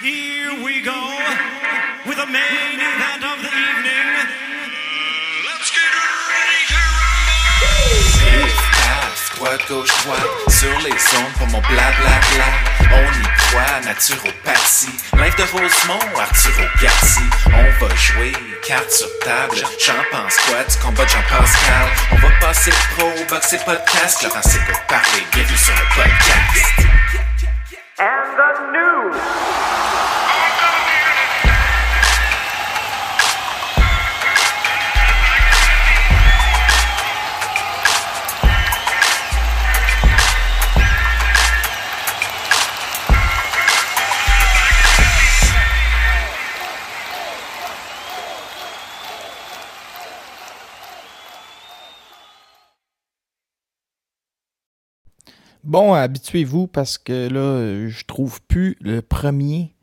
Here we go with the main event of the evening. Let's get ready to rumble! Droite, gauche, droite, sur les ondes pour mon blablabla. On y croit, naturopathie. Live de Rosemont, Arturo Garci. On va jouer, carte sur table. J'en pense quoi du combat de Jean-Pascal? On va passer pro, boxer podcast. Laurent s'écoute parler, bienvenue sur le podcast. And the news. Bon, habituez-vous parce que là, je trouve plus le premier.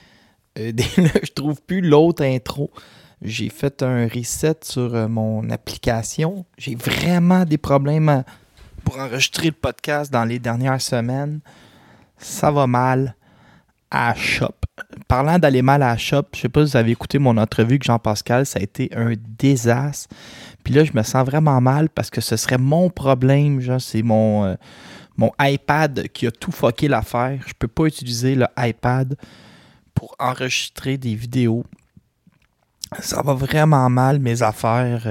Je trouve plus l'autre intro. J'ai fait un reset sur mon application. J'ai vraiment des problèmes pour enregistrer le podcast dans les dernières semaines. Ça va mal à la shop. Parlant d'aller mal à la shop, je sais pas si vous avez écouté mon entrevue avec Jean-Pascal, ça a été un désastre. Puis là, je me sens vraiment mal parce que ce serait mon problème. Genre, c'est mon iPad qui a tout fucké l'affaire. Je peux pas utiliser le iPad pour enregistrer des vidéos. Ça va vraiment mal, mes affaires.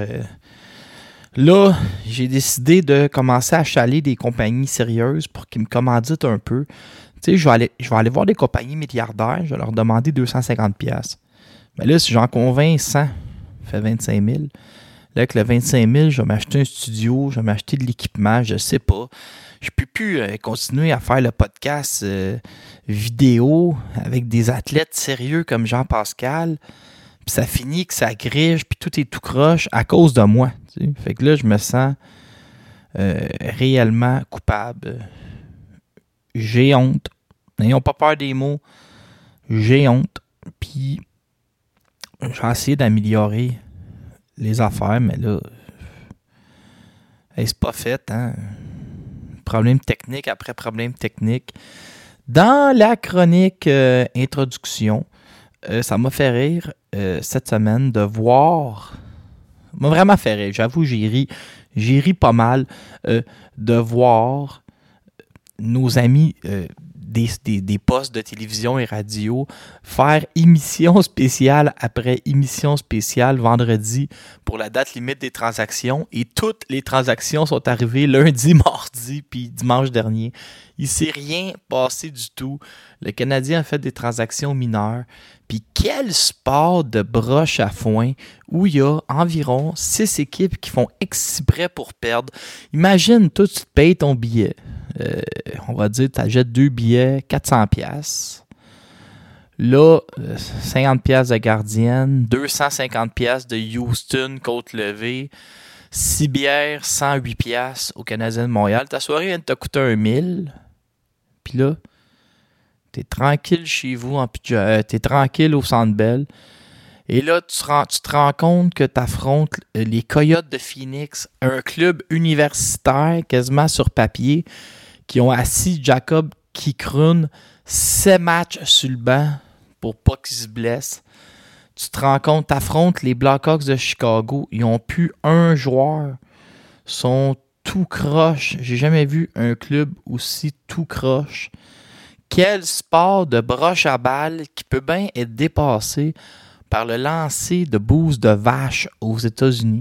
Là, j'ai décidé de commencer à achaler des compagnies sérieuses pour qu'ils me commanditent un peu. Tu sais, je vais aller voir des compagnies milliardaires, je vais leur demander 250$. Mais là, si j'en convainc 100, ça fait 25 000. Là, avec le 25 000, je vais m'acheter un studio, je vais m'acheter de l'équipement, je sais pas. Je peux plus continuer à faire le podcast vidéo avec des athlètes sérieux comme Jean-Pascal. Puis ça finit que ça grige, puis tout est tout croche à cause de moi. Tu sais. Fait que là, je me sens réellement coupable. J'ai honte. N'ayons pas peur des mots. J'ai honte. Puis j'ai essayé d'améliorer les affaires, mais là, c'est pas fait, hein? Problème technique après problème technique. Dans la chronique introduction, ça m'a fait rire cette semaine de voir... m'a vraiment fait rire. J'avoue, j'ai ri pas mal de voir nos amis des postes de télévision et radio faire émission spéciale après émission spéciale vendredi pour la date limite des transactions, et toutes les transactions sont arrivées lundi, mardi puis dimanche dernier. Il ne s'est rien passé du tout. Le Canadien a fait des transactions mineures. Puis quel sport de broche à foin où il y a environ 6 équipes qui font exprès pour perdre. Imagine, toi, tu te payes ton billet. On va dire, tu achètes 2 billets, 400$. Là, 50$ de gardienne, 250$ de Houston, Côte-Levée, 6 bières, 108$ au Canadien de Montréal. Ta soirée vient de te coûter 1 000$. Puis là, t'es tranquille chez vous, t'es tranquille au Centre Bell. Et là, tu te rends compte que tu affrontes les Coyotes de Phoenix, un club universitaire quasiment sur papier, qui ont assis Jacob Kikrun 7 matchs sur le banc pour pas qu'il se blesse. Tu te rends compte, tu affrontes les Blackhawks de Chicago. Ils n'ont plus un joueur. Ils sont tout croche. J'ai jamais vu un club aussi tout croche. Quel sport de broche à balle qui peut bien être dépassé par le lancer de bouse de vache aux États-Unis.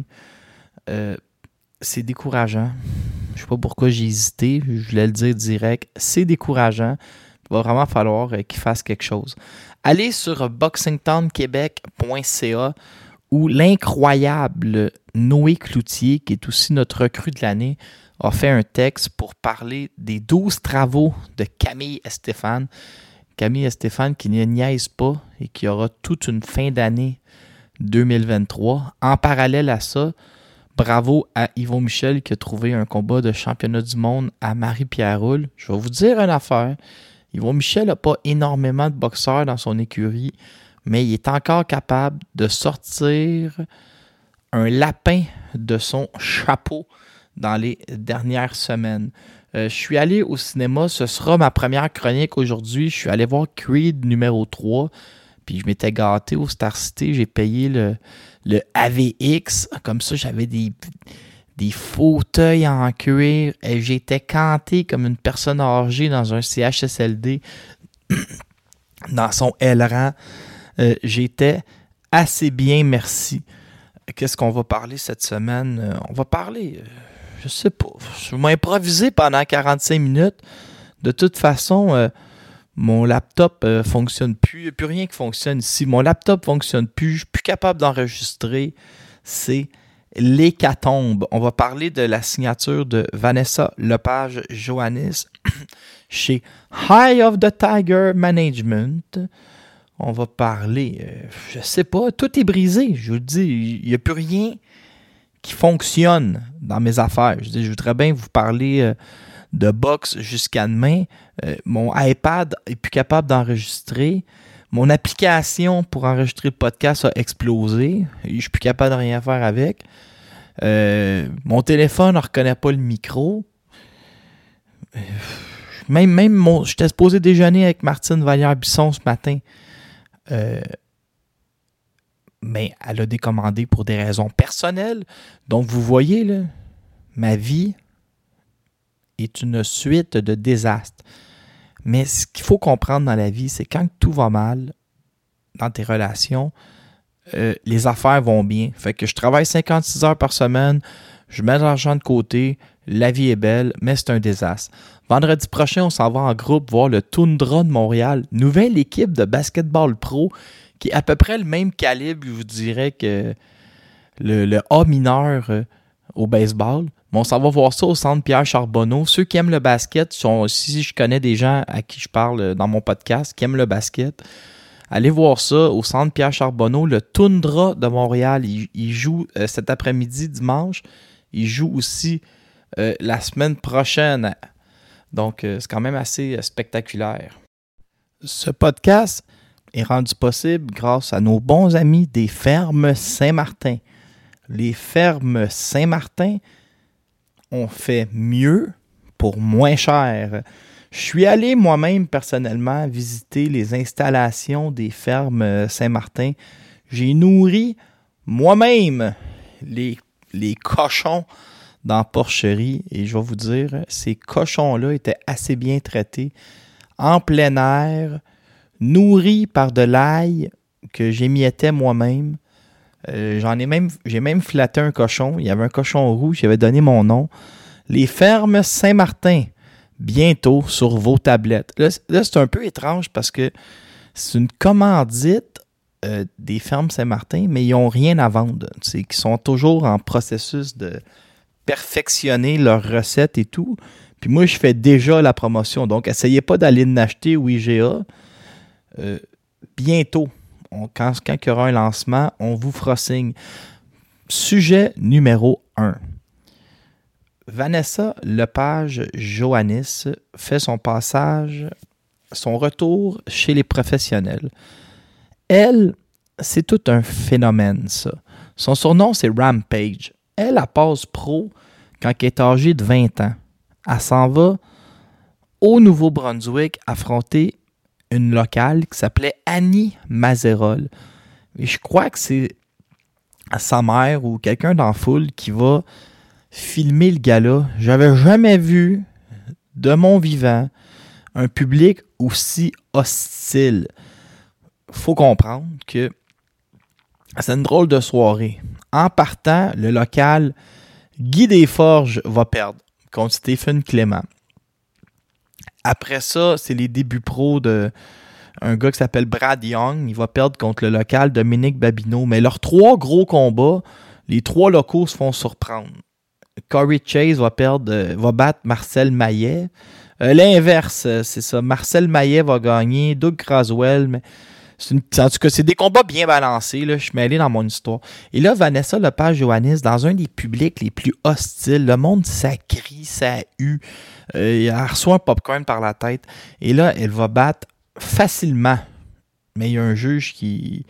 C'est décourageant. Je ne sais pas pourquoi j'ai hésité. Je voulais le dire direct. C'est décourageant. Il va vraiment falloir qu'ils fassent quelque chose. Allez sur boxingtownquebec.ca où l'incroyable Noé Cloutier, qui est aussi notre recrue de l'année, a fait un texte pour parler des 12 travaux de Camille Estéphan. Camille Estéphan qui ne niaise pas et qui aura toute une fin d'année 2023. En parallèle à ça, bravo à Yvon Michel qui a trouvé un combat de championnat du monde à Marie-Pierre Roule. Je vais vous dire une affaire. Yvon Michel n'a pas énormément de boxeurs dans son écurie, mais il est encore capable de sortir un lapin de son chapeau dans les dernières semaines. Je suis allé au cinéma. Ce sera ma première chronique aujourd'hui. Je suis allé voir Creed numéro 3. Puis je m'étais gâté au Star City. J'ai payé le AVX. Comme ça, j'avais des fauteuils en cuir. Et j'étais canté comme une personne âgée dans un CHSLD dans son L-rang. J'étais assez bien, merci. Qu'est-ce qu'on va parler cette semaine? On va parler, je sais pas, je vais m'improviser pendant 45 minutes. De toute façon, mon laptop fonctionne plus. Il n'y a plus rien qui fonctionne ici. Mon laptop fonctionne plus. Je ne suis plus capable d'enregistrer. C'est l'hécatombe. On va parler de la signature de Vanessa Lepage-Johannis chez Eye of the Tiger Management. On va parler, je sais pas, tout est brisé. Je vous le dis, il n'y a plus rien qui fonctionne dans mes affaires. Je voudrais bien vous parler de boxe jusqu'à demain. Mon iPad est plus capable d'enregistrer. Mon application pour enregistrer le podcast a explosé. Je ne suis plus capable de rien faire avec. Mon téléphone ne reconnaît pas le micro. J'étais supposé déjeuner avec Martine Vallière-Bisson ce matin. Mais elle a décommandé pour des raisons personnelles. Donc, vous voyez, là, ma vie est une suite de désastres. Mais ce qu'il faut comprendre dans la vie, c'est quand tout va mal dans tes relations, les affaires vont bien. Fait que je travaille 56 heures par semaine, je mets de l'argent de côté, la vie est belle, mais c'est un désastre. Vendredi prochain, on s'en va en groupe voir le Tundra de Montréal, nouvelle équipe de basketball pro qui est à peu près le même calibre, je vous dirais, que le A mineur au baseball. Mais on s'en va voir ça au centre Pierre Charbonneau. Ceux qui aiment le basket, si je connais des gens à qui je parle dans mon podcast qui aiment le basket, allez voir ça au centre Pierre Charbonneau, le Tundra de Montréal. Il joue cet après-midi, dimanche. Il joue aussi la semaine prochaine. Donc, c'est quand même assez spectaculaire. Ce podcast est rendu possible grâce à nos bons amis des Fermes Saint-Martin. Les Fermes Saint-Martin ont fait mieux pour moins cher. Je suis allé moi-même personnellement visiter les installations des Fermes Saint-Martin. J'ai nourri moi-même les cochons dans la porcherie et je vais vous dire, ces cochons-là étaient assez bien traités en plein air, nourris par de l'ail que j'émiettais moi-même. J'ai même flatté un cochon. Il y avait un cochon rouge, j'avais donné mon nom. Les Fermes Saint-Martin, bientôt sur vos tablettes. Là, c'est un peu étrange parce que c'est une commandite des Fermes Saint-Martin, mais ils n'ont rien à vendre. Ils sont toujours en processus de perfectionner leurs recettes et tout. Puis moi, je fais déjà la promotion. Donc, essayez pas d'aller l'acheter au IGA. Bientôt, quand il y aura un lancement, on vous fera signe. Sujet numéro 1. Vanessa Lepage-Johannis fait son retour chez les professionnels. Elle, c'est tout un phénomène, ça. Son surnom, c'est Rampage. Elle passe pro quand elle est âgée de 20 ans. Elle s'en va au Nouveau-Brunswick affronter une locale qui s'appelait Annie Mazerol. Et je crois que c'est sa mère ou quelqu'un dans la foule qui va filmer le gala. J'avais jamais vu de mon vivant un public aussi hostile. Faut comprendre que c'est une drôle de soirée. En partant, le local Guy Desforges va perdre contre Stephen Clément. Après ça, c'est les débuts pro d'un gars qui s'appelle Brad Young. Il va perdre contre le local Dominique Babineau. Mais leurs 3 gros combats, les 3 locaux se font surprendre. Corey Chase va battre Marcel Maillet. L'inverse, c'est ça. Marcel Maillet va gagner. Doug Craswell. Mais en tout cas, c'est des combats bien balancés. Là. Je suis mêlé dans mon histoire. Et là, Vanessa Lepage-Johannis, dans un des publics les plus hostiles, le monde, ça crie, ça hue. Elle reçoit un popcorn par la tête. Et là, elle va battre facilement. Mais il y a un juge qui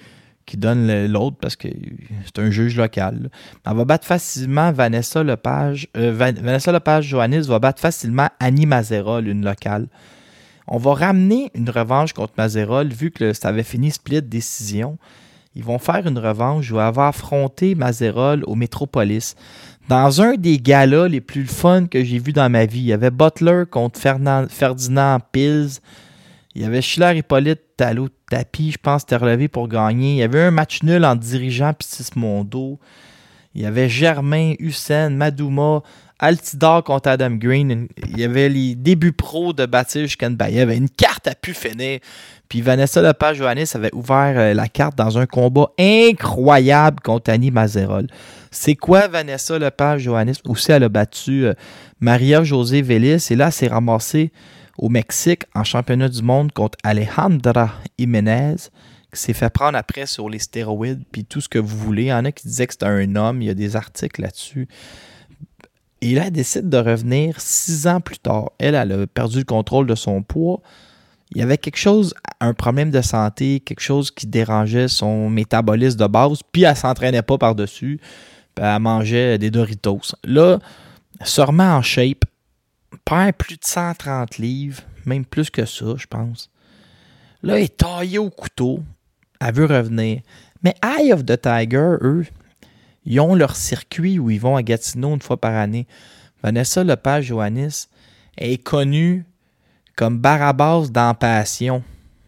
qui donne l'autre parce que c'est un juge local. Là. Elle va battre facilement Vanessa Lepage. Vanessa Lepage-Johannis va battre facilement Annie Mazerol, une locale. On va ramener une revanche contre Mazerol vu que ça avait fini split décision. Ils vont faire une revanche où elle va affronter Mazerol au Metropolis. Dans un des galas les plus fun que j'ai vu dans ma vie, il y avait Butler contre Ferdinand Pils. Il y avait Schiller-Hippolyte Talot-Tapie, je pense, c'était relevé pour gagner. Il y avait un match nul entre Dirigeant et Sismondo. Il y avait Germain, Hussein, Madouma, Altidore contre Adam Green. Il y avait les débuts pro de Baptiste Kenbaye. Il y avait une carte à pu finir. Puis Vanessa Lepage-Johannis avait ouvert la carte dans un combat incroyable contre Annie Mazerol. C'est quoi Vanessa Lepage-Johannis? Aussi, elle a battu Maria-José Vélez. Et là, elle s'est ramassée au Mexique en championnat du monde contre Alejandra Jiménez, qui s'est fait prendre après sur les stéroïdes puis tout ce que vous voulez. Il y en a qui disaient que c'était un homme. Il y a des articles là-dessus. Et là, elle décide de revenir 6 ans plus tard. Elle a perdu le contrôle de son poids. Il y avait quelque chose, un problème de santé, quelque chose qui dérangeait son métabolisme de base, puis elle ne s'entraînait pas par-dessus, puis elle mangeait des Doritos. Là, elle se remet en shape, perd plus de 130 livres, même plus que ça, je pense. Là, elle est taillée au couteau, elle veut revenir. Mais Eye of the Tiger, eux, ils ont leur circuit où ils vont à Gatineau une fois par année. Vanessa Lepage-Johannis est connue comme Barabas dans Passion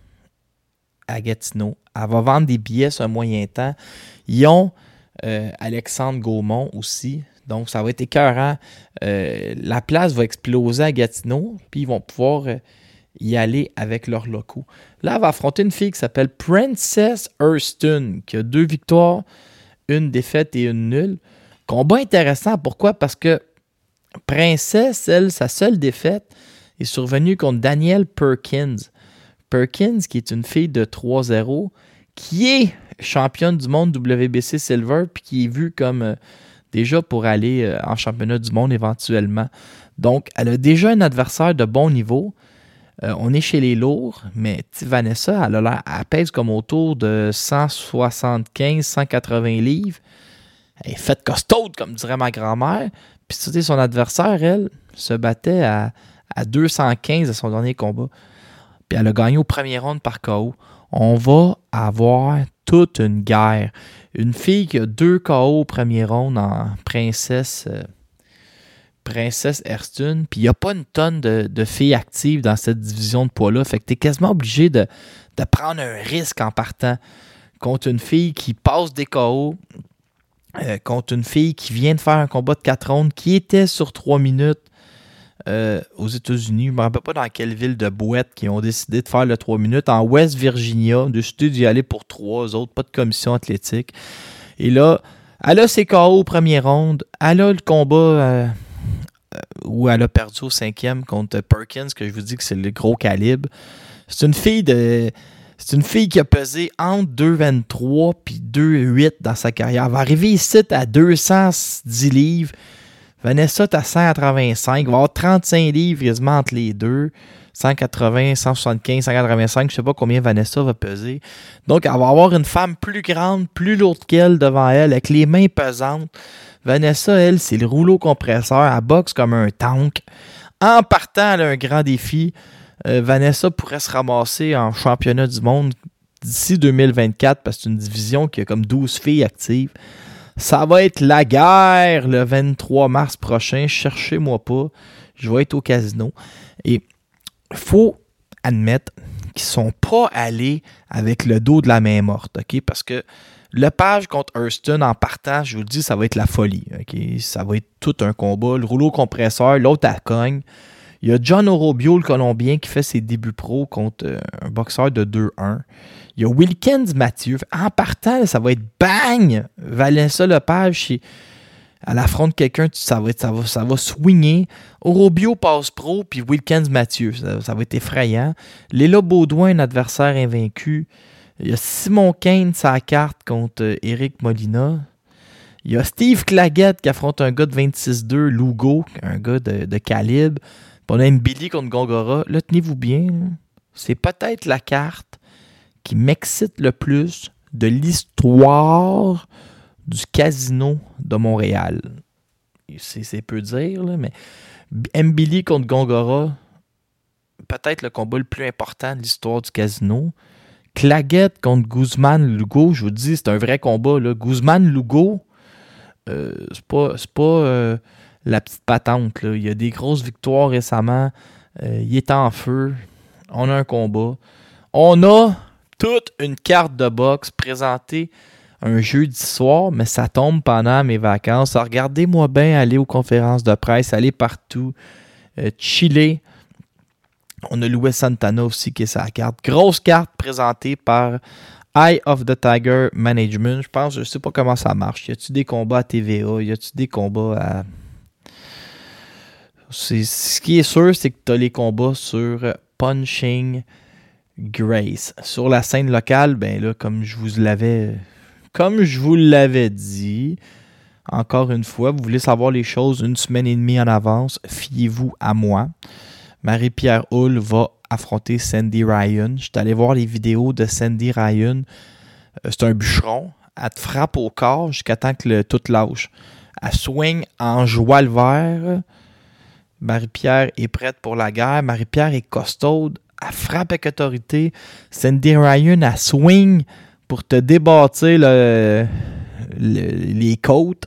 à Gatineau. Elle va vendre des billets sur un moyen temps. Ils ont Alexandre Gaumont aussi. Donc, ça va être écœurant. La place va exploser à Gatineau. Puis, ils vont pouvoir y aller avec leurs locaux. Là, elle va affronter une fille qui s'appelle Princess Hurston, qui a 2 victoires, une défaite et une nulle. Combat intéressant. Pourquoi? Parce que Princess, elle, sa seule défaite est survenue contre Danielle Perkins. Perkins, qui est une fille de 3-0, qui est championne du monde WBC Silver, puis qui est vue comme déjà pour aller en championnat du monde éventuellement. Donc, elle a déjà un adversaire de bon niveau. On est chez les lourds, mais Vanessa, elle pèse comme autour de 175-180 livres. Elle est faite costaude, comme dirait ma grand-mère. Puis son adversaire, elle, se battait à 215 à son dernier combat. Puis elle a gagné au premier round par KO. On va avoir toute une guerre. Une fille qui a 2 KO au premier round en Princess Hurston. Puis il n'y a pas une tonne de filles actives dans cette division de poids-là. Fait que tu es quasiment obligé de prendre un risque en partant contre une fille qui passe des KO, contre une fille qui vient de faire un combat de 4 rounds, qui était sur 3 minutes aux États-Unis. Je ne me rappelle pas dans quelle ville de boîte qui ont décidé de faire le 3 minutes. En West Virginia, de décidé d'y aller pour 3 autres, pas de commission athlétique. Et là, elle a ses KO au premier round. Elle a le combat où elle a perdu au 5e contre Perkins, que je vous dis que c'est le gros calibre. C'est une fille qui a pesé entre 2,23 et 2,8 dans sa carrière. Elle va arriver ici à 210 livres. Vanessa est à 185. Il va y avoir 35 livres quasiment entre les deux. 180, 175, 185. Je ne sais pas combien Vanessa va peser. Donc, elle va avoir une femme plus grande, plus lourde qu'elle devant elle, avec les mains pesantes. Vanessa, elle, c'est le rouleau compresseur. Elle boxe comme un tank. En partant, elle a un grand défi. Vanessa pourrait se ramasser en championnat du monde d'ici 2024 parce que c'est une division qui a comme 12 filles actives. Ça va être la guerre le 23 mars prochain. Cherchez-moi pas. Je vais être au casino. Et il faut admettre qu'ils ne sont pas allés avec le dos de la main morte. Okay? Parce que Lepage contre Hurston en partant, je vous le dis, ça va être la folie. Okay? Ça va être tout un combat. Le rouleau compresseur, l'autre à cogne. Il y a John Orobio, le Colombien, qui fait ses débuts pro contre un boxeur de 2-1. Il y a Wilkins Mathieu. En partant, ça va être bang! Vanessa Lepage, elle affronte quelqu'un, ça va swinger. Orobio passe pro, puis Wilkins Mathieu. Ça va être effrayant. Léla Baudouin, un adversaire invaincu. Il y a Simon Kane, sa carte contre Eric Molina. Il y a Steve Claggett qui affronte un gars de 26-2, Lugo, un gars de calibre. Puis on a une Billy contre Gongora. Là, tenez-vous bien. Là. C'est peut-être la carte qui m'excite le plus de l'histoire du casino de Montréal. C'est peu dire, là, mais Mbili contre Gongora, peut-être le combat le plus important de l'histoire du casino. Claggett contre Guzman-Lugo, je vous dis, c'est un vrai combat. Là. Guzman-Lugo, c'est pas la petite patente. Là. Il y a des grosses victoires récemment. Il est en feu. On a un combat. On a toute une carte de boxe présentée un jeudi soir, mais ça tombe pendant mes vacances. Alors, regardez-moi bien aller aux conférences de presse, aller partout, chiller. On a Louis Santana aussi qui est sa carte. Grosse carte présentée par Eye of the Tiger Management. Je sais pas comment ça marche. Y a-tu des combats à TVA? Y a-tu des combats à... Ce qui est sûr, c'est que tu as les combats sur Punching Grace. Sur la scène locale, ben là, comme je vous l'avais dit, encore une fois, vous voulez savoir les choses une semaine et demie en avance, fiez-vous à moi. Marie-Pierre Hull va affronter Sandy Ryan. Je suis allé voir les vidéos de Sandy Ryan. C'est un bûcheron. Elle te frappe au corps jusqu'à temps que tout lâche. Elle swing en joie le vert. Marie-Pierre est prête pour la guerre. Marie-Pierre est costaude. Elle frappe avec autorité. Sandy Ryan, elle swing pour te débâtir les côtes.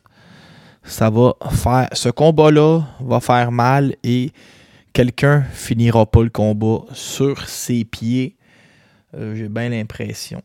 Ce combat-là va faire mal et quelqu'un finira pas le combat sur ses pieds. J'ai bien l'impression.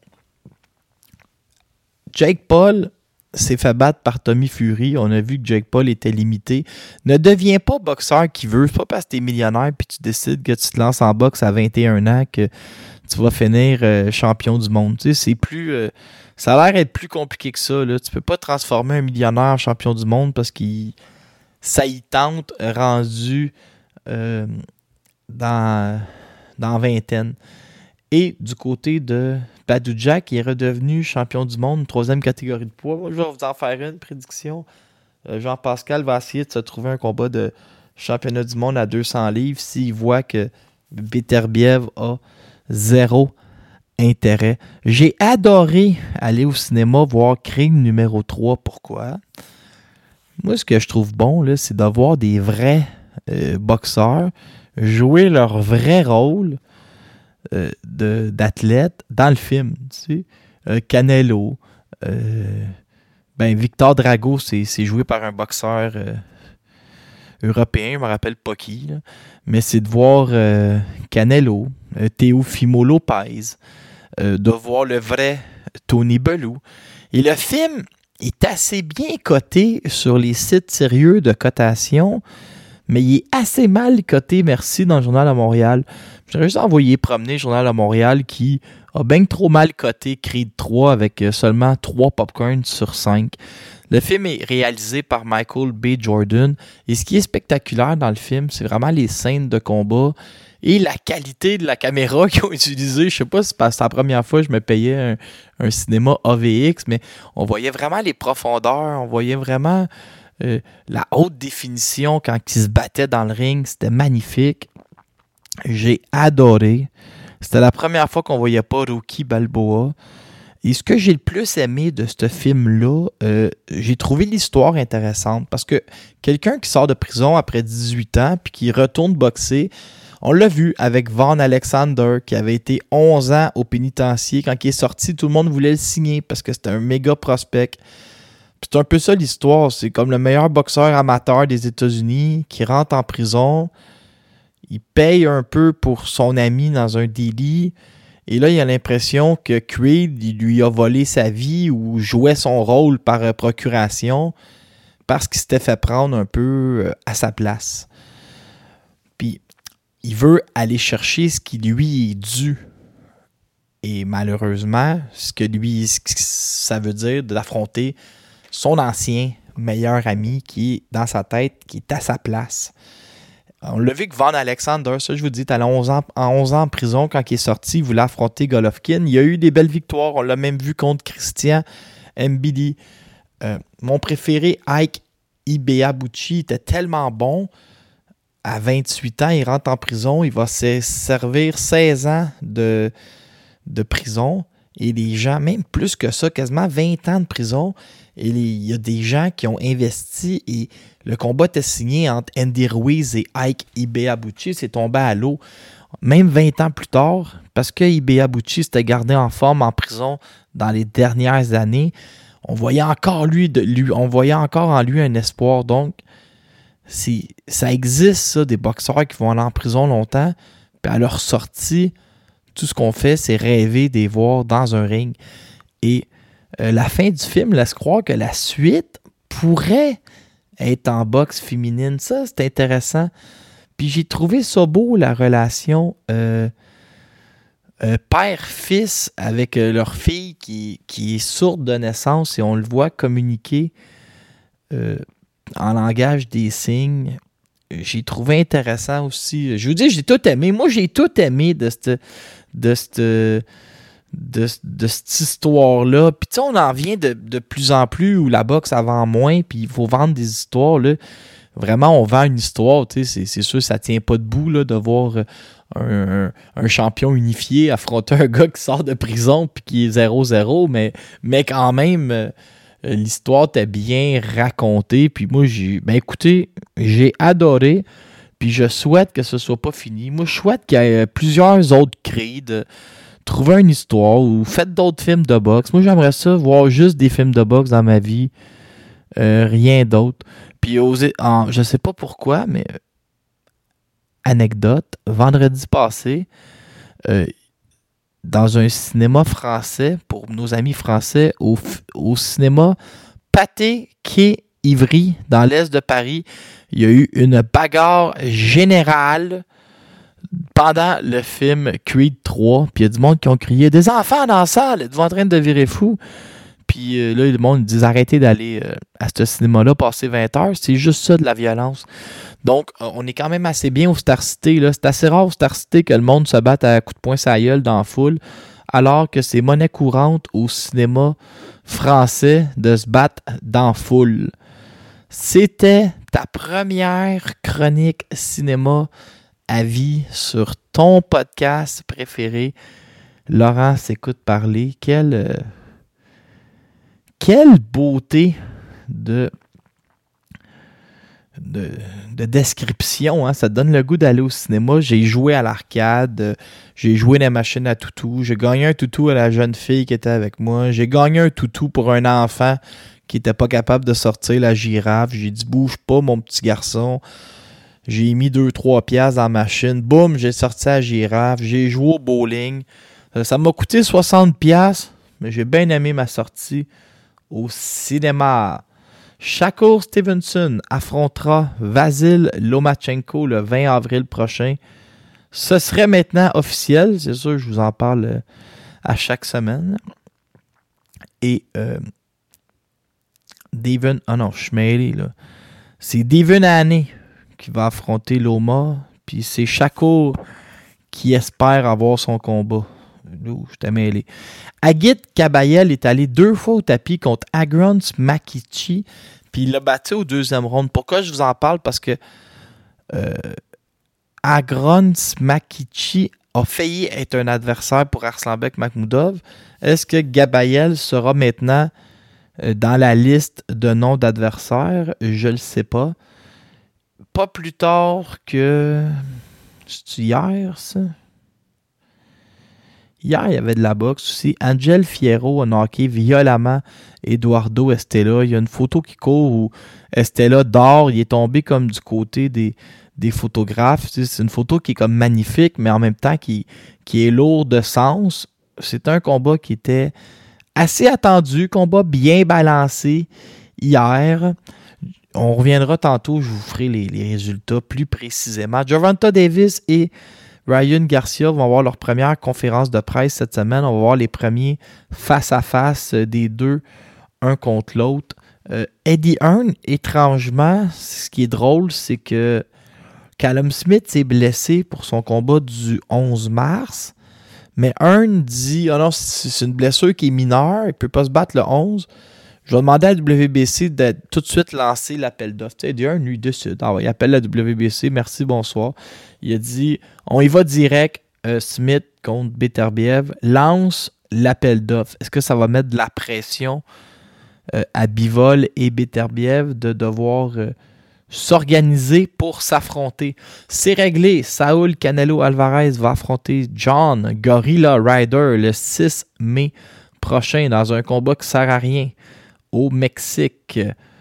Jake Paul s'est fait battre par Tommy Fury. On a vu que Jake Paul était limité. Ne deviens pas boxeur qui veut. C'est pas parce que t'es millionnaire puis tu décides que tu te lances en boxe à 21 ans que tu vas finir champion du monde. Tu sais, c'est plus... ça a l'air d'être plus compliqué que ça. Là. Tu peux pas transformer un millionnaire en champion du monde parce que ça y tente rendu dans vingtaine. Et du côté de Badou Jack, qui est redevenu champion du monde, 3e catégorie de poids. Moi, je vais vous en faire une prédiction. Jean-Pascal va essayer de se trouver un combat de championnat du monde à 200 livres s'il voit que Beterbiev a 0 intérêt. J'ai adoré aller au cinéma voir Creed numéro 3. Pourquoi? Moi, ce que je trouve bon, là, c'est de voir des vrais boxeurs jouer leur vrai rôle d'athlète dans le film. Tu sais. Canelo. Victor Drago, c'est joué par un boxeur européen, je me rappelle pas qui. Là. Mais c'est de voir Canelo, Teofimo Lopez, de voir le vrai Tony Bellew. Et le film est assez bien coté sur les sites sérieux de cotation, mais il est assez mal coté, merci, dans le Journal de Montréal. J'ai juste envoyé promener le Journal de Montréal qui a bien trop mal coté Creed 3 avec seulement 3 popcorns sur 5. Le film est réalisé par Michael B. Jordan et ce qui est spectaculaire dans le film, c'est vraiment les scènes de combat et la qualité de la caméra qu'ils ont utilisée. Je sais pas si c'est parce que c'est la première fois que je me payais un cinéma AVX, mais on voyait vraiment les profondeurs, on voyait vraiment... la haute définition quand ils se battaient dans le ring, c'était magnifique. J'ai adoré. C'était la première fois qu'on voyait pas Rocky Balboa. Et ce que j'ai le plus aimé de ce film-là, j'ai trouvé l'histoire intéressante parce que quelqu'un qui sort de prison après 18 ans puis qui retourne boxer, on l'a vu avec Von Alexander qui avait été 11 ans au pénitencier. Quand il est sorti, tout le monde voulait le signer parce que c'était un méga prospect. C'est un peu ça l'histoire. C'est comme le meilleur boxeur amateur des États-Unis qui rentre en prison. Il paye un peu pour son ami dans un délit. Et là, il a l'impression que Creed il lui a volé sa vie ou jouait son rôle par procuration parce qu'il s'était fait prendre un peu à sa place. Puis, il veut aller chercher ce qui lui est dû. Et malheureusement, ça veut dire d'affronter son ancien meilleur ami qui est dans sa tête, qui est à sa place. On l'a vu que Von Alexander, ça je vous dis, il est allé 11 ans en prison quand il est sorti, il voulait affronter Golovkin. Il y a eu des belles victoires, on l'a même vu contre Christian Mbili. Mon préféré, Ike Ibeabuchi, était tellement bon. À 28 ans, il rentre en prison, il va se servir 16 ans de prison. Et les gens, même plus que ça, quasiment 20 ans de prison. Et il y a des gens qui ont investi et le combat était signé entre Andy Ruiz et Ike Ibeabuchi. C'est tombé à l'eau, même 20 ans plus tard, parce que Ibeabuchi s'était gardé en forme en prison dans les dernières années. On voyait encore en lui un espoir. Donc, ça existe, ça, des boxeurs qui vont aller en prison longtemps. Puis à leur sortie, tout ce qu'on fait, c'est rêver de les voir dans un ring. Et la fin du film laisse croire que la suite pourrait être en boxe féminine. Ça, c'est intéressant. Puis j'ai trouvé ça beau, la relation père-fils avec leur fille qui est sourde de naissance et on le voit communiquer en langage des signes. J'ai trouvé intéressant aussi. Je vous dis, j'ai tout aimé. Moi, j'ai tout aimé de cette histoire-là. Puis tu sais, on en vient de plus en plus où la boxe ça vend moins, puis il faut vendre des histoires, là. Vraiment, on vend une histoire, tu sais, c'est sûr, ça tient pas debout, là, de voir un champion unifié affronter un gars qui sort de prison puis qui est 0-0, mais quand même, l'histoire était bien racontée, puis moi, écoutez, j'ai adoré, puis je souhaite que ce soit pas fini. Moi, je souhaite qu'il y ait plusieurs autres Creed, trouver une histoire ou faites d'autres films de boxe. Moi, j'aimerais ça, voir juste des films de boxe dans ma vie, rien d'autre. Puis, je sais pas pourquoi, mais anecdote, vendredi passé, dans un cinéma français, pour nos amis français, au cinéma Pathé Quai Ivry, dans l'est de Paris, il y a eu une bagarre générale pendant le film Creed 3. Puis il y a du monde qui ont crié « Des enfants dans la salle! Êtes-vous en train de virer fou? » Puis là, le monde dit arrêtez d'aller à ce cinéma-là, passer 20 heures. C'est juste ça, de la violence. Donc, on est quand même assez bien au Star City. Là. C'est assez rare au Star City que le monde se batte à coups de poing sur la gueule dans la foule, alors que c'est monnaie courante au cinéma français de se battre dans la foule. C'était ta première chronique cinéma à vie sur ton podcast préféré. Laurent s'écoute parler. Quelle beauté de description, hein? Ça te donne le goût d'aller au cinéma. J'ai joué à l'arcade, j'ai joué dans la machine à toutou, j'ai gagné un toutou à la jeune fille qui était avec moi, j'ai gagné un toutou pour un enfant qui était pas capable de sortir la girafe. J'ai dit bouge pas mon petit garçon. J'ai mis 2-3 piastres dans la machine. Boum, j'ai sorti la girafe. J'ai joué au bowling. Ça m'a coûté 60 piastres, mais j'ai bien aimé ma sortie au cinéma. Shakur Stevenson affrontera Vasil Lomachenko le 20 avril prochain. Ce serait maintenant officiel. C'est sûr, je vous en parle à chaque semaine. Et Devin... Ah non, je suis mêlé, là. C'est Devin Haney qui va affronter Loma. Puis c'est Shakur qui espère avoir son combat. Je t'ai mêlé. Agit Kabayel est allé 2 fois au tapis contre Agrons Makichi, puis il l'a battu au 2e round. Pourquoi je vous en parle? Parce que Agrons Makichi a failli être un adversaire pour Arslanbek Makhmoudov. Est-ce que Kabayel sera maintenant dans la liste de noms d'adversaires? Je le sais pas. Pas plus tard que... C'est-tu hier, ça? Hier, il y avait de la boxe aussi. Angel Fierro a knocké violemment Eduardo Estella. Il y a une photo qui court où Estella dort. Il est tombé comme du côté des photographes. C'est une photo qui est comme magnifique, mais en même temps qui est lourde de sens. C'est un combat qui était assez attendu. Combat bien balancé hier. On reviendra tantôt. Je vous ferai les résultats plus précisément. Gervonta Davis et Ryan Garcia vont avoir leur première conférence de presse cette semaine. On va voir les premiers face-à-face des deux, un contre l'autre. Eddie Hearn, étrangement, ce qui est drôle, c'est que Callum Smith s'est blessé pour son combat du 11 mars. Mais Hearn dit « Ah non, c'est une blessure qui est mineure, il ne peut pas se battre le 11. » Je vais demander à la WBC de tout de suite lancer l'appel d'offres. Eddie Hearn, lui, décide. Ah ouais, il appelle la WBC, merci, bonsoir. Il a dit, on y va direct, Smith contre Beterbiev, lance l'appel d'offres? Est-ce que ça va mettre de la pression à Bivol et Beterbiev de devoir s'organiser pour s'affronter? C'est réglé. Saúl Canelo Alvarez va affronter John Gorilla Ryder le 6 mai prochain dans un combat qui sert à rien au Mexique.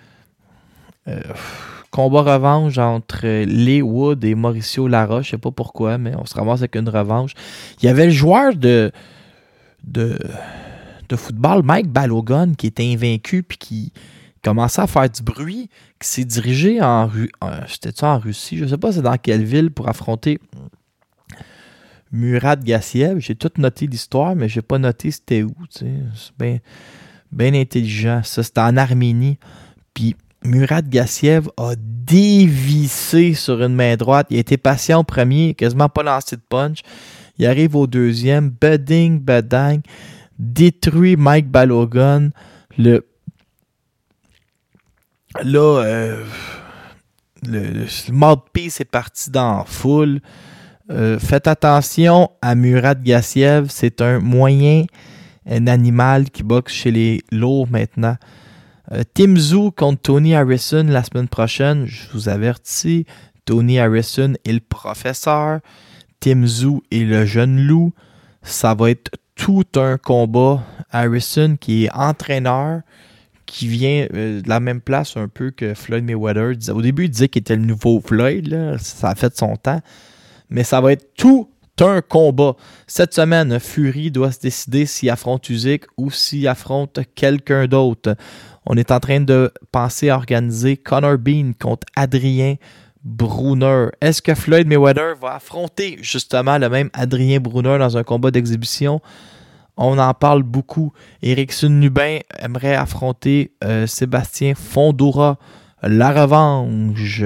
Combat revanche entre Leigh Wood et Mauricio Lara. Je sais pas pourquoi, mais on se ramasse avec une revanche. Il y avait le joueur de football, Mike Balogun, qui était invaincu puis qui commençait à faire du bruit, qui s'est dirigé en Russie, je sais pas c'est dans quelle ville, pour affronter Murat Gassiev. J'ai tout noté l'histoire, mais j'ai pas noté c'était où. C'est bien intelligent. Ça, c'était en Arménie. Puis Murat Gassiev a dévissé sur une main droite. Il a été patient au premier, quasiment pas lancé de punch. Il arrive au deuxième, beding, détruit Mike Balogun. Le mouthpiece est parti dans la foule. Faites attention à Murat Gassiev. C'est un animal qui boxe chez les lourds maintenant. Tim Tszyu contre Tony Harrison la semaine prochaine. Je vous avertis. Tony Harrison est le professeur. Tim Tszyu est le jeune loup. Ça va être tout un combat. Harrison, qui est entraîneur, qui vient de la même place un peu que Floyd Mayweather. Au début, il disait qu'il était le nouveau Floyd. Là. Ça a fait son temps. Mais ça va être tout un combat. Cette semaine, Fury doit se décider s'il affronte Usyk ou s'il affronte quelqu'un d'autre. On est en train de penser à organiser Conor Bean contre Adrien Brunner. Est-ce que Floyd Mayweather va affronter justement le même Adrien Brunner dans un combat d'exhibition? On en parle beaucoup. Erickson Lubin aimerait affronter Sébastien Fondoura. La revanche.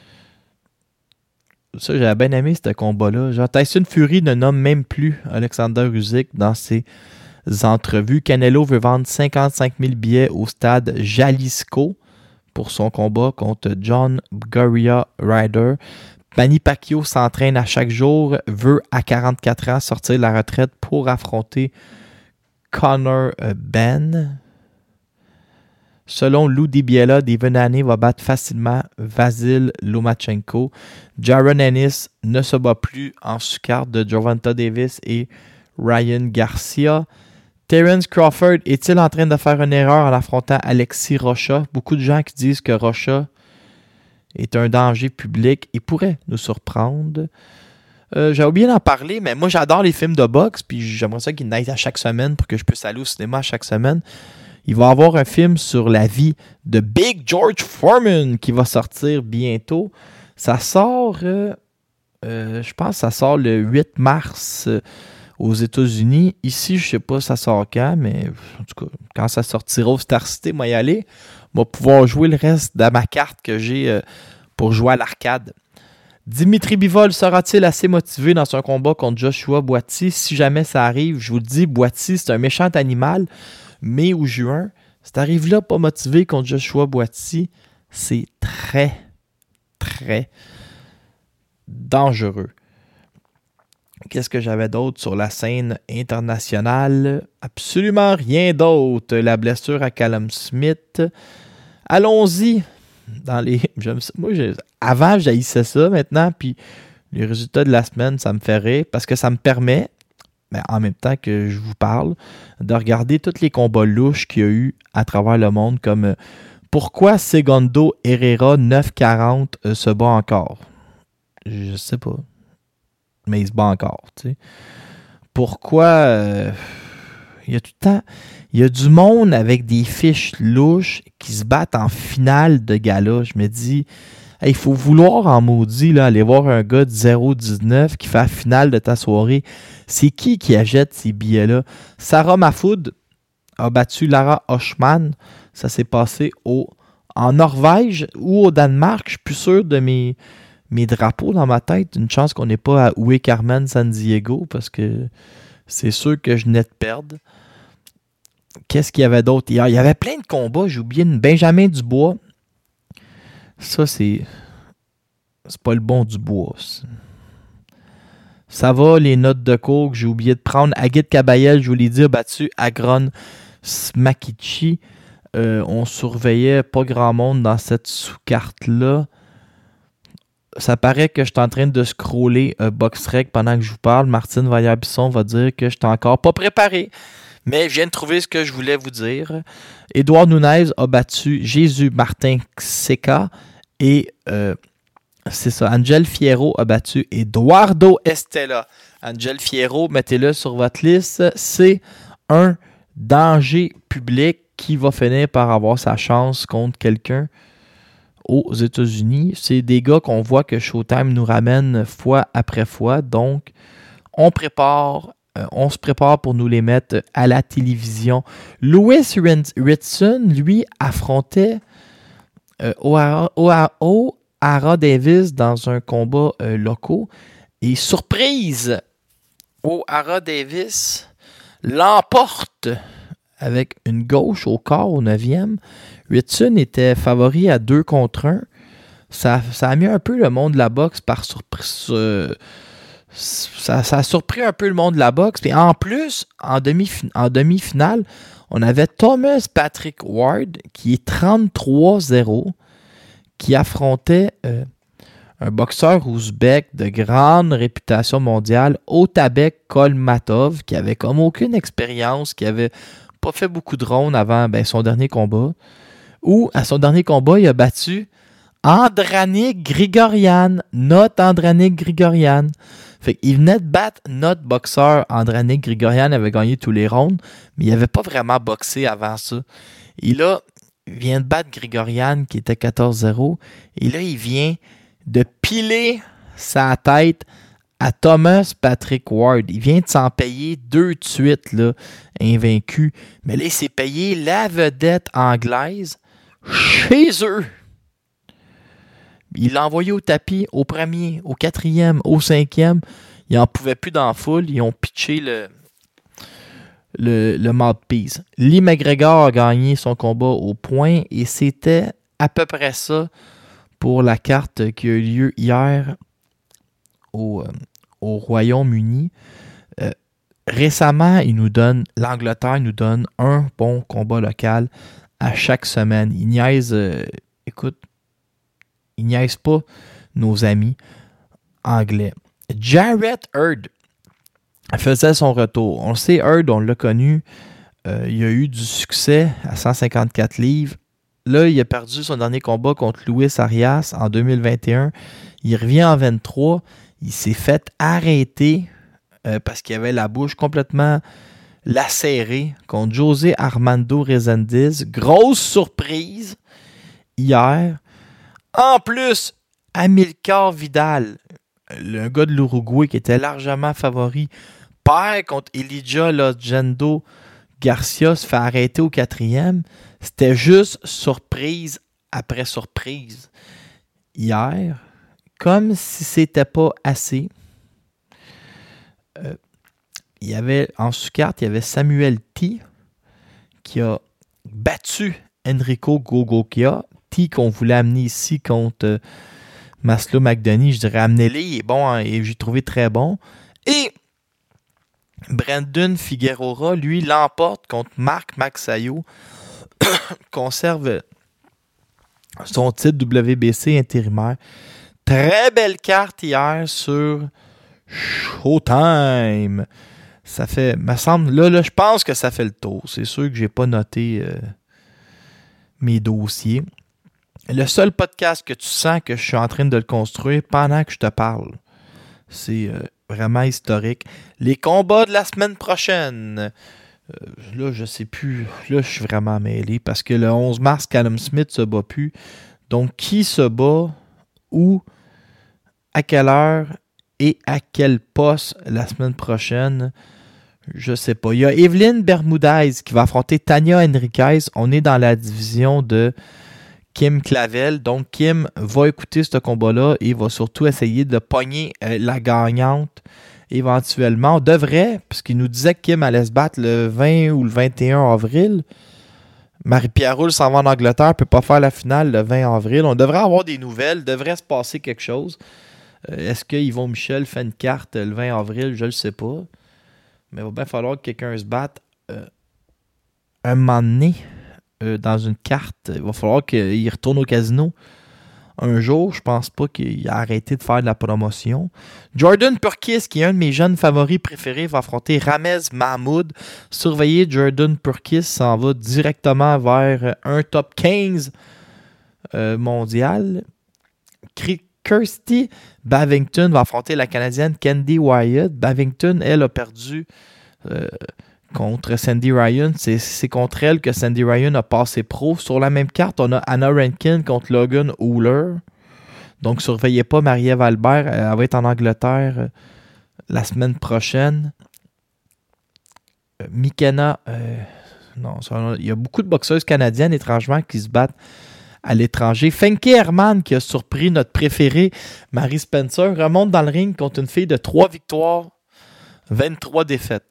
Ça, j'avais bien aimé ce combat-là. Genre, Tyson Fury ne nomme même plus Alexander Usyk dans ses entrevues. Canelo veut vendre 55 000 billets au stade Jalisco pour son combat contre John Gorilla Ryder. Manny Pacquiao s'entraîne à chaque jour, veut à 44 ans sortir de la retraite pour affronter Conor Benn. Selon Lou DiBiella, Devin Haney va battre facilement Vasyl Lomachenko. Jaron Ennis ne se bat plus en sous-carte de Gervonta Davis et Ryan Garcia. Terence Crawford est-il en train de faire une erreur en affrontant Alexis Rocha? Beaucoup de gens qui disent que Rocha est un danger public et pourrait nous surprendre. J'ai oublié d'en parler, mais moi j'adore les films de boxe, puis j'aimerais ça qu'ils naissent à chaque semaine pour que je puisse aller au cinéma à chaque semaine. Il va y avoir un film sur la vie de Big George Foreman qui va sortir bientôt. Ça sort, je pense que ça sort le 8 mars aux États-Unis. Ici, je ne sais pas ça sort quand, mais en tout cas, quand ça sortira au Star City, moi y aller. Je vais pouvoir jouer le reste de ma carte que j'ai pour jouer à l'arcade. Dimitri Bivol sera-t-il assez motivé dans son combat contre Joshua Buatsi? Si jamais ça arrive, je vous le dis, Buatsi, c'est un méchant animal. Mai ou juin, cet arrive-là pas motivé contre Joshua Buatsi, c'est très, très dangereux. Qu'est-ce que j'avais d'autre sur la scène internationale? Absolument rien d'autre. La blessure à Callum Smith. Allons-y. Avant, j'haïssais ça maintenant, puis les résultats de la semaine, ça me fait rire parce que ça me permet, mais en même temps que je vous parle, de regarder tous les combats louches qu'il y a eu à travers le monde, comme pourquoi Segundo Herrera 9-40 se bat encore? Je sais pas. Mais il se bat encore, tu sais. Pourquoi il y a tout le temps... Il y a du monde avec des fiches louches qui se battent en finale de gala. Je me dis, il faut vouloir en maudit là, aller voir un gars de 0,19 qui fait la finale de ta soirée. C'est qui achète ces billets-là? Sarah Mahfoud a battu Lara Hochman. Ça s'est passé en Norvège ou au Danemark. Je suis plus sûr de mes drapeaux dans ma tête. Une chance qu'on n'est pas à Oué Carmen San Diego parce que c'est sûr que je venais de perdre. Qu'est-ce qu'il y avait d'autre hier? Il y avait plein de combats. J'ai oublié une Benjamin Dubois. Ça, c'est pas le bon Dubois. Ça va, les notes de cours que j'ai oublié de prendre. Agit Kabayel, je vous l'ai dit, a battu Agron Smakichi. On surveillait pas grand monde dans cette sous-carte-là. Ça paraît que je suis en train de scroller BoxRec pendant que je vous parle. Martine Vallière-Bisson va dire que je suis encore pas préparé. Mais je viens de trouver ce que je voulais vous dire. Édouard Nunez a battu Jésus Martin Seca. Et c'est ça, Angel Fierro a battu Eduardo Estella. Angel Fierro, mettez-le sur votre liste. C'est un danger public qui va finir par avoir sa chance contre quelqu'un aux États-Unis. C'est des gars qu'on voit que Showtime nous ramène fois après fois. Donc, on se prépare pour nous les mettre à la télévision. Lewis Ritson, lui, affrontait O'Hara Davis dans un combat local. Et surprise, O'Hara Davis l'emporte avec une gauche au corps au 9e. Ritson était favori à 2 contre 1. Ça a mis un peu le monde de la boxe par surprise. Ça a surpris un peu le monde de la boxe. Et en plus, en demi-finale, on avait Thomas Patrick Ward, qui est 33-0, qui affrontait un boxeur ouzbek de grande réputation mondiale, Otabek Kolmatov, qui avait comme aucune expérience, qui avait pas fait beaucoup de rounds avant son dernier combat. Ou, à son dernier combat, il a battu Andranik Grigorian. Notre Andranik Grigorian. Fait qu'il venait de battre notre boxeur Andranik Grigorian, avait gagné tous les rounds, mais il n'avait pas vraiment boxé avant ça. Et là, il vient de battre Grigorian, qui était 14-0. Et là, il vient de piler sa tête à Thomas Patrick Ward. Il vient de s'en payer 2 de suite, là, invaincu. Mais là, il s'est payé la vedette anglaise chez eux. Il l'a envoyé au tapis, au premier, au 4e, au 5e. Il n'en pouvait plus dans la foule. Ils ont pitché le mouthpiece. Lee McGregor a gagné son combat au point et c'était à peu près ça pour la carte qui a eu lieu hier au Royaume-Uni. Récemment, l'Angleterre nous donne un bon combat local à chaque semaine. Ils niaisent, ils niaisent pas nos amis anglais. Jarrett Hurd faisait son retour. On le sait, Hurd, on l'a connu. Il a eu du succès à 154 livres. Là, il a perdu son dernier combat contre Luis Arias en 2021. Il revient en 23. Il s'est fait arrêter parce qu'il avait la bouche complètement lacérée contre José Armando Resendiz. Grosse surprise hier. En plus, Amilcar Vidal, le gars de l'Uruguay qui était largement favori, perd contre Elijah Logendo Garcia, se fait arrêter au 4e. C'était juste surprise après surprise. Hier, comme si c'était pas assez, il y avait en sous-carte, il y avait Samuel T qui a battu Enrico Gogokia. T qu'on voulait amener ici contre Maslow McDonnie. Je dirais amenez-le, il est bon hein, et j'ai trouvé très bon. Et Brandon Figueroa, lui, l'emporte contre Marc Maxayo. Conserve son titre WBC intérimaire. Très belle carte hier sur Showtime. Ça fait, me semble, là, je pense que ça fait le tour. C'est sûr que j'ai pas noté mes dossiers. Le seul podcast que tu sens que je suis en train de le construire pendant que je te parle. C'est vraiment historique. Les combats de la semaine prochaine. Là, je sais plus. Là, je suis vraiment mêlé parce que le 11 mars, Callum Smith se bat plus. Donc, qui se bat, où, à quelle heure et à quel poste la semaine prochaine? Je sais pas. Il y a Evelyn Bermudez qui va affronter Tania Henriquez. On est dans la division de Kim Clavel. Donc, Kim va écouter ce combat-là et va surtout essayer de pogner la gagnante éventuellement. On devrait, puisqu'il nous disait que Kim allait se battre le 20 ou le 21 avril. Marie-Pierre Roule s'en va en Angleterre, ne peut pas faire la finale le 20 avril. On devrait avoir des nouvelles, devrait se passer quelque chose. Est-ce que Yvon Michel fait une carte le 20 avril? Je le sais pas. Mais il va bien falloir que quelqu'un se batte un moment donné dans une carte. Il va falloir qu'il retourne au casino. Un jour, je pense pas qu'il a arrêté de faire de la promotion. Jordan Purkis, qui est un de mes jeunes favoris préférés, va affronter Ramez Mahmoud. Surveillez, Jordan Purkis s'en va directement vers un top 15 mondial. Kirsty Bavington va affronter la Canadienne Candy Wyatt. Bavington, elle, a perdu contre Sandy Ryan. C'est contre elle que Sandy Ryan a passé pro. Sur la même carte, on a Anna Rankin contre Logan Wheeler. Donc, surveillez pas Marie-Ève Albert. Elle va être en Angleterre la semaine prochaine. McKenna... il y a beaucoup de boxeuses canadiennes, étrangement, qui se battent à l'étranger. Funky Herman, qui a surpris notre préférée, Mary Spencer, remonte dans le ring contre une fille de 3 victoires, 23 défaites.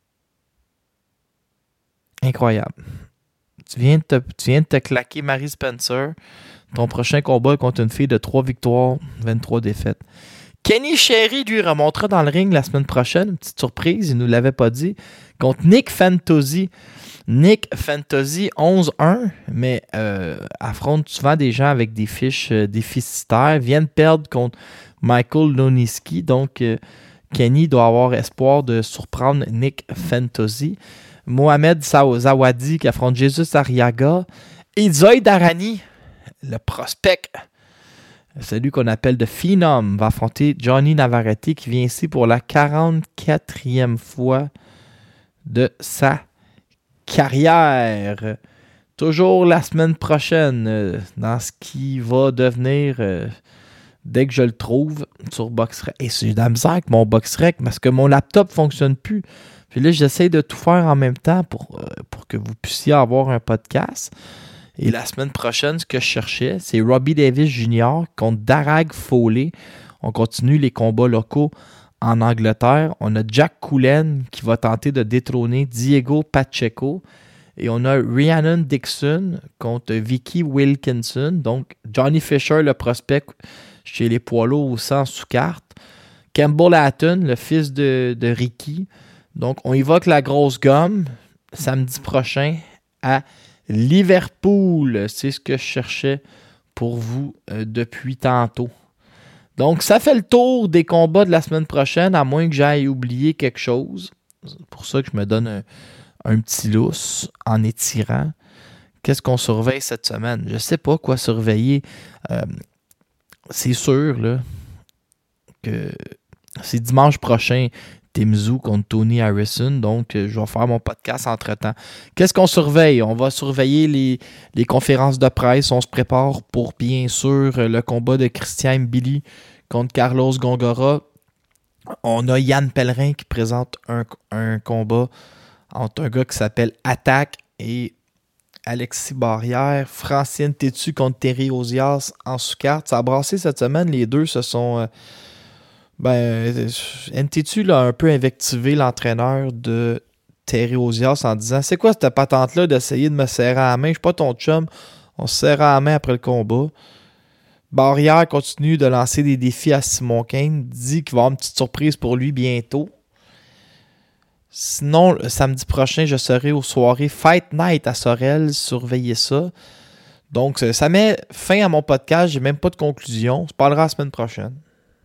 Incroyable. Tu viens de te claquer Mary Spencer. Ton prochain combat contre une fille de 3 victoires, 23 défaites. Kenny Sherry, lui, remontera dans le ring la semaine prochaine. Une petite surprise, il ne nous l'avait pas dit. Contre Nick Fantasy. Nick Fantasy 11-1, mais affronte souvent des gens avec des fiches déficitaires. Vient de perdre contre Michael Loniski. Donc, Kenny doit avoir espoir de surprendre Nick Fantasy. Mohamed Zawadi qui affronte Jesus Arriaga. Et Zoïd Darani, le prospect, celui qu'on appelle de Phenom, va affronter Johnny Navarrete qui vient ici pour la 44e fois de sa carrière. Toujours la semaine prochaine, dans ce qui va devenir, dès que je le trouve, sur BoxRec. Et c'est de la misère avec mon BoxRec parce que mon laptop ne fonctionne plus. Puis là, j'essaie de tout faire en même temps pour que vous puissiez avoir un podcast. Et la semaine prochaine, ce que je cherchais, c'est Robbie Davis Jr. contre Darag Foley. On continue les combats locaux en Angleterre. On a Jack Cullen qui va tenter de détrôner Diego Pacheco. Et on a Rhiannon Dixon contre Vicky Wilkinson. Donc, Johnny Fisher, le prospect chez les poids lourds au sang sous carte. Campbell Hatton, le fils de Ricky. Donc, on évoque la grosse gomme samedi prochain à Liverpool. C'est ce que je cherchais pour vous depuis tantôt. Donc, ça fait le tour des combats de la semaine prochaine, à moins que j'aille oublier quelque chose. C'est pour ça que je me donne un petit lousse en étirant. Qu'est-ce qu'on surveille cette semaine? Je ne sais pas quoi surveiller. C'est sûr là, que c'est dimanche prochain. Timzou contre Tony Harrison. Donc, je vais faire mon podcast entre-temps. Qu'est-ce qu'on surveille? On va surveiller les conférences de presse. On se prépare pour, bien sûr, le combat de Christian Mbili contre Carlos Gongora. On a Yann Pellerin qui présente un combat entre un gars qui s'appelle Attack et Alexis Barrière. Francine Tétu contre Terry Ozias en sous-carte. Ça a brassé cette semaine. Les deux se sont... NTT l'a un peu invectivé l'entraîneur de Terry Ozias en disant « C'est quoi cette patente-là d'essayer de me serrer à la main? Je suis pas ton chum. » On se serre à la main après le combat. Barrière continue de lancer des défis à Simon Kane. Dit qu'il va y avoir une petite surprise pour lui bientôt. Sinon, le samedi prochain, je serai aux soirées Fight Night à Sorel. Surveillez ça. Donc, ça met fin à mon podcast. J'ai même pas de conclusion. On se parlera la semaine prochaine.